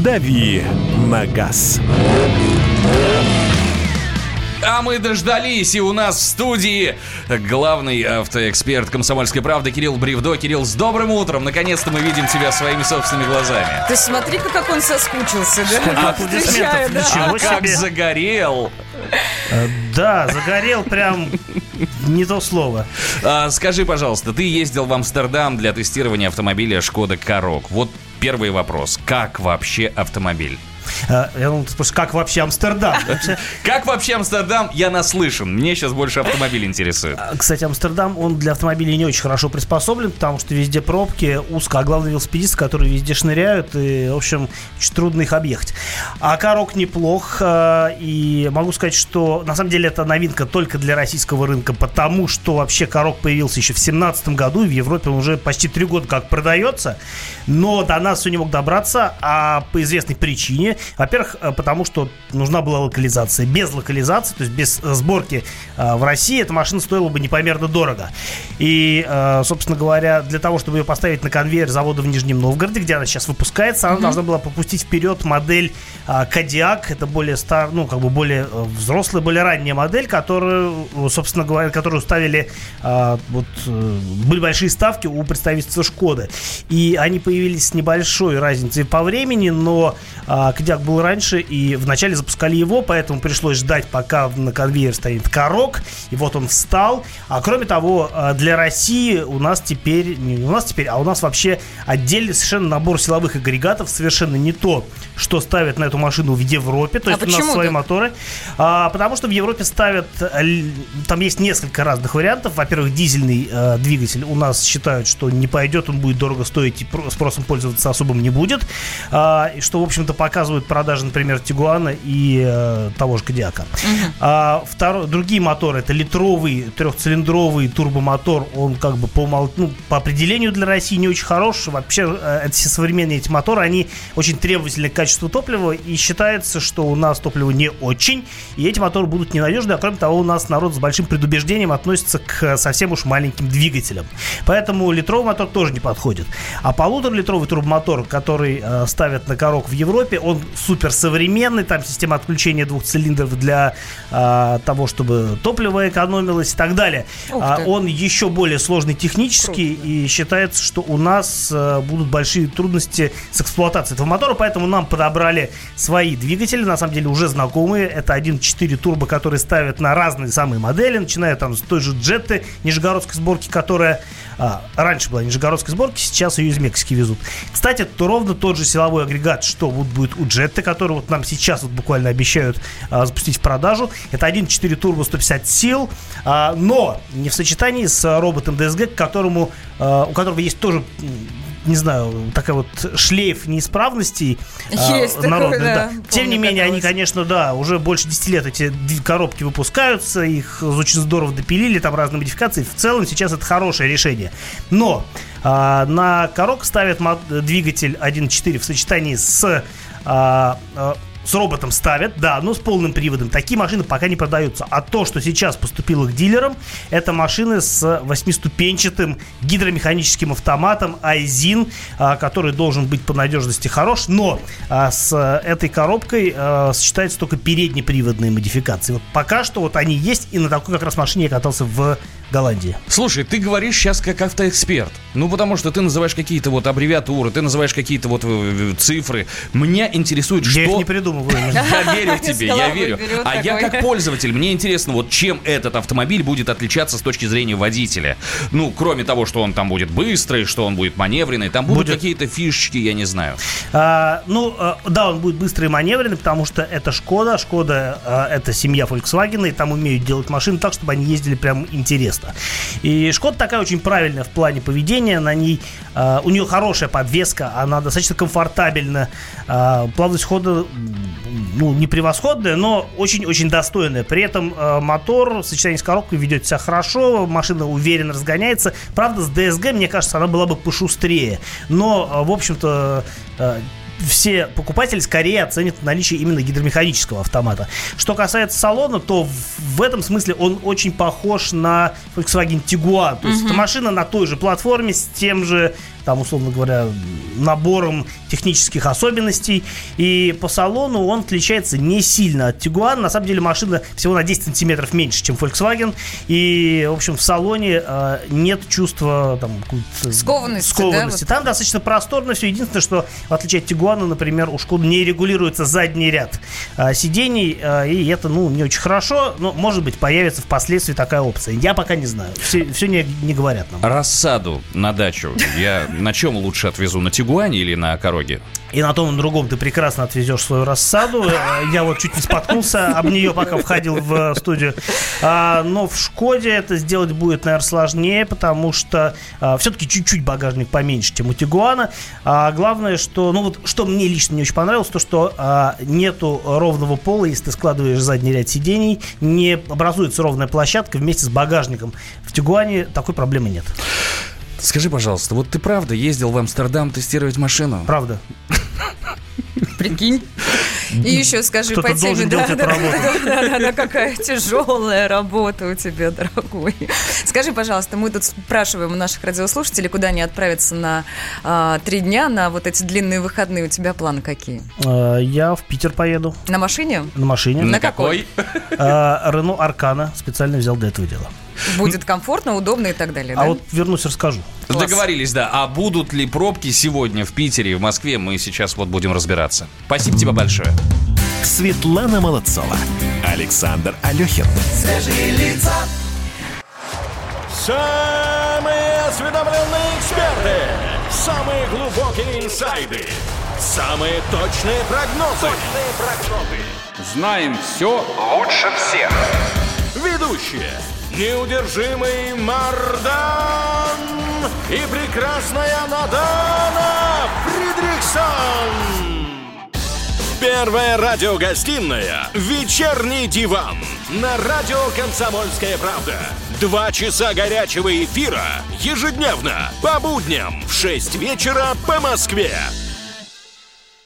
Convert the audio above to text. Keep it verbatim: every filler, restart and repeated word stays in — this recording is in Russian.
«Дави на газ». А мы дождались, и у нас в студии главный автоэксперт «Комсомольской правды» Кирилл Бревдо. Кирилл, с добрым утром! Наконец-то мы видим тебя своими собственными глазами. Ты смотри-ка, как он соскучился, да? Сколько аплодисментов, ничего себе. Как загорел! Да, загорел прям не то слово. А, скажи, пожалуйста, ты ездил в Амстердам для тестирования автомобиля Шкода Karoq. Вот первый вопрос. Как вообще автомобиль? Я думал, ты спросишь, как вообще Амстердам? Как вообще Амстердам? Я наслышан. Мне сейчас больше автомобиль интересует. Кстати, Амстердам, он для автомобилей не очень хорошо приспособлен, потому что везде пробки, узко, а главное велосипедисты, которые везде шныряют, и, в общем, очень трудно их объехать. А Karoq неплох, и могу сказать, что на самом деле это новинка только для российского рынка, потому что вообще Karoq появился еще в семнадцатом году, и в Европе он уже почти три года как продается, но до нас все не мог добраться, а по известной причине. Во-первых, потому что нужна была локализация. Без локализации, то есть без сборки э, в России, эта машина стоила бы непомерно дорого. И, э, собственно говоря, для того, чтобы ее поставить на конвейер завода в Нижнем Новгороде, где она сейчас выпускается, она mm-hmm. должна была пропустить вперед модель э, Kodiaq. Это более стар, ну, как бы более э, взрослая, более ранняя модель, которую, собственно говоря, которую ставили э, вот, э, были большие ставки у представительства Шкоды. И они появились с небольшой разницей по времени, но э, Kodiaq был раньше, и вначале запускали его, поэтому пришлось ждать, пока на конвейер стоит Karoq, и вот он встал. А кроме того, для России у нас теперь, не у нас теперь, а у нас вообще отдельный совершенно набор силовых агрегатов, совершенно не то, что ставят на эту машину в Европе, то есть а у нас свои моторы. А, потому что в Европе ставят, там есть несколько разных вариантов. Во-первых, дизельный э, двигатель у нас считают, что не пойдет, он будет дорого стоить и спросом пользоваться особым не будет. А, и что, в общем-то, показывают продажи, например, Тигуана и э, того же Kodiaq. Uh-huh. А, второй, другие моторы, это литровый трехцилиндровый турбомотор, он как бы по, ну, по определению для России не очень хорош. Вообще, э, все современные эти моторы, они очень требовательны к качеству топлива, и считается, что у нас топливо не очень, и эти моторы будут ненадежны, а кроме того, у нас народ с большим предубеждением относится к совсем уж маленьким двигателям. Поэтому литровый мотор тоже не подходит. А полуторалитровый турбомотор, который э, ставят на Karoq в Европе, он суперсовременный, там система отключения двух цилиндров для э, того, чтобы топливо экономилось и так далее. А, он еще более сложный технически, Круто. И считается, что у нас э, будут большие трудности с эксплуатацией этого мотора, поэтому нам подобрали свои двигатели, на самом деле уже знакомые. Это один и четыре турбо, которые ставят на разные самые модели, начиная там с той же Джетты нижегородской сборки, которая а, раньше была нижегородской сборки, сейчас ее из Мексики везут. Кстати, то ровно тот же силовой агрегат, что вот будет у Джетты, который вот нам сейчас вот буквально обещают а, запустить в продажу. Это один и четыре турбо, сто пятьдесят сил, а, но не в сочетании с роботом ди эс джи, к которому, а, у которого есть тоже, не знаю, такая вот шлейф неисправностей. Есть а, народных, такой, да. да. Тем не менее, они, конечно, да, уже больше десяти лет эти коробки выпускаются, их очень здорово допилили, там разные модификации. В целом сейчас это хорошее решение. Но а, на Karoq ставят двигатель один и четыре в сочетании с... А, а, с роботом ставят, да, но с полным приводом. Такие машины пока не продаются. А то, что сейчас поступило к дилерам, это машины с восьмиступенчатым гидромеханическим автоматом Aisin, который должен быть по надежности хорош, но с этой коробкой сочетаются только переднеприводные модификации. Вот пока что вот они есть, и на такой как раз машине я катался в Голландии. Слушай, ты говоришь сейчас как автоэксперт. Ну, потому что ты называешь какие-то вот аббревиатуры, ты называешь какие-то вот цифры. Меня интересует, что... Я их не придумываю. Я верю тебе, я верю. А я как пользователь, мне интересно, вот чем этот автомобиль будет отличаться с точки зрения водителя. Ну, кроме того, что он там будет быстрый, что он будет маневренный, там будут будет... какие-то фишечки, я не знаю. А, ну, да, он будет быстрый и маневренный, потому что это Шкода. Шкода — это семья Volkswagen, и там умеют делать машины так, чтобы они ездили прям интересно. И Шкода такая очень правильная в плане поведения. На ней, э, у нее хорошая подвеска, она достаточно комфортабельна. Э, плавность хода, ну, не превосходная, но очень-очень достойная. При этом э, мотор в сочетании с коробкой ведет себя хорошо, машина уверенно разгоняется. Правда, с ди эс джи, мне кажется, она была бы пошустрее. Но, э, в общем-то... Э, все покупатели скорее оценят наличие именно гидромеханического автомата. Что касается салона, то в этом смысле он очень похож на Volkswagen Tiguan. То есть uh-huh. это машина на той же платформе с тем же там, условно говоря, набором технических особенностей. И по салону он отличается не сильно от Tiguan. На самом деле машина всего на десять сантиметров меньше, чем Volkswagen. И, в общем, в салоне э, нет чувства там, скованности. скованности. Да, там вот. достаточно просторно все. Единственное, что в отличие от Tiguan, например, у Шкоды не регулируется задний ряд э, сидений. Э, и это, ну, не очень хорошо. Но, может быть, появится впоследствии такая опция. Я пока не знаю. Все, все не, не говорят нам. Рассаду на дачу я на чем лучше отвезу? На Тигуане или на Короге? И на том, и на другом ты прекрасно отвезешь свою рассаду. Я вот чуть не споткнулся об нее, пока входил в студию. Но в Шкоде это сделать будет, наверное, сложнее, потому что все-таки чуть-чуть багажник поменьше, чем у Тигуана. А главное, что, ну вот, что мне лично не очень понравилось, то, что нету ровного пола, если ты складываешь задний ряд сидений, не образуется ровная площадка вместе с багажником. В Тигуане такой проблемы нет. Скажи, пожалуйста, вот ты правда ездил в Амстердам тестировать машину? Правда. Прикинь. И еще скажи Кто-то по теме, да, да, да, да, да, да, да, какая тяжелая работа у тебя, дорогой. Скажи, пожалуйста, мы тут спрашиваем у наших радиослушателей, куда они отправятся на а, три дня, на вот эти длинные выходные. У тебя планы какие? Я в Питер поеду. На машине? На машине. На, на какой? Рено Аркана специально взял для этого дела. Будет комфортно, удобно и так далее, А да? вот вернусь, расскажу. Класс. Договорились, да. А будут ли пробки сегодня в Питере и в Москве, мы сейчас вот будем разбираться. Спасибо тебе большое. Светлана Молодцова. Александр Алехин. Свежие лица. Самые осведомленные эксперты. Самые глубокие инсайды. Самые точные прогнозы. Точные прогнозы. Знаем все лучше всех. Ведущие. Неудержимый Мардан и прекрасная Надана Фридрихсон. Первая радиогостинная «Вечерний диван» на радио «Комсомольская правда». Два часа горячего эфира ежедневно по будням в шесть вечера по Москве.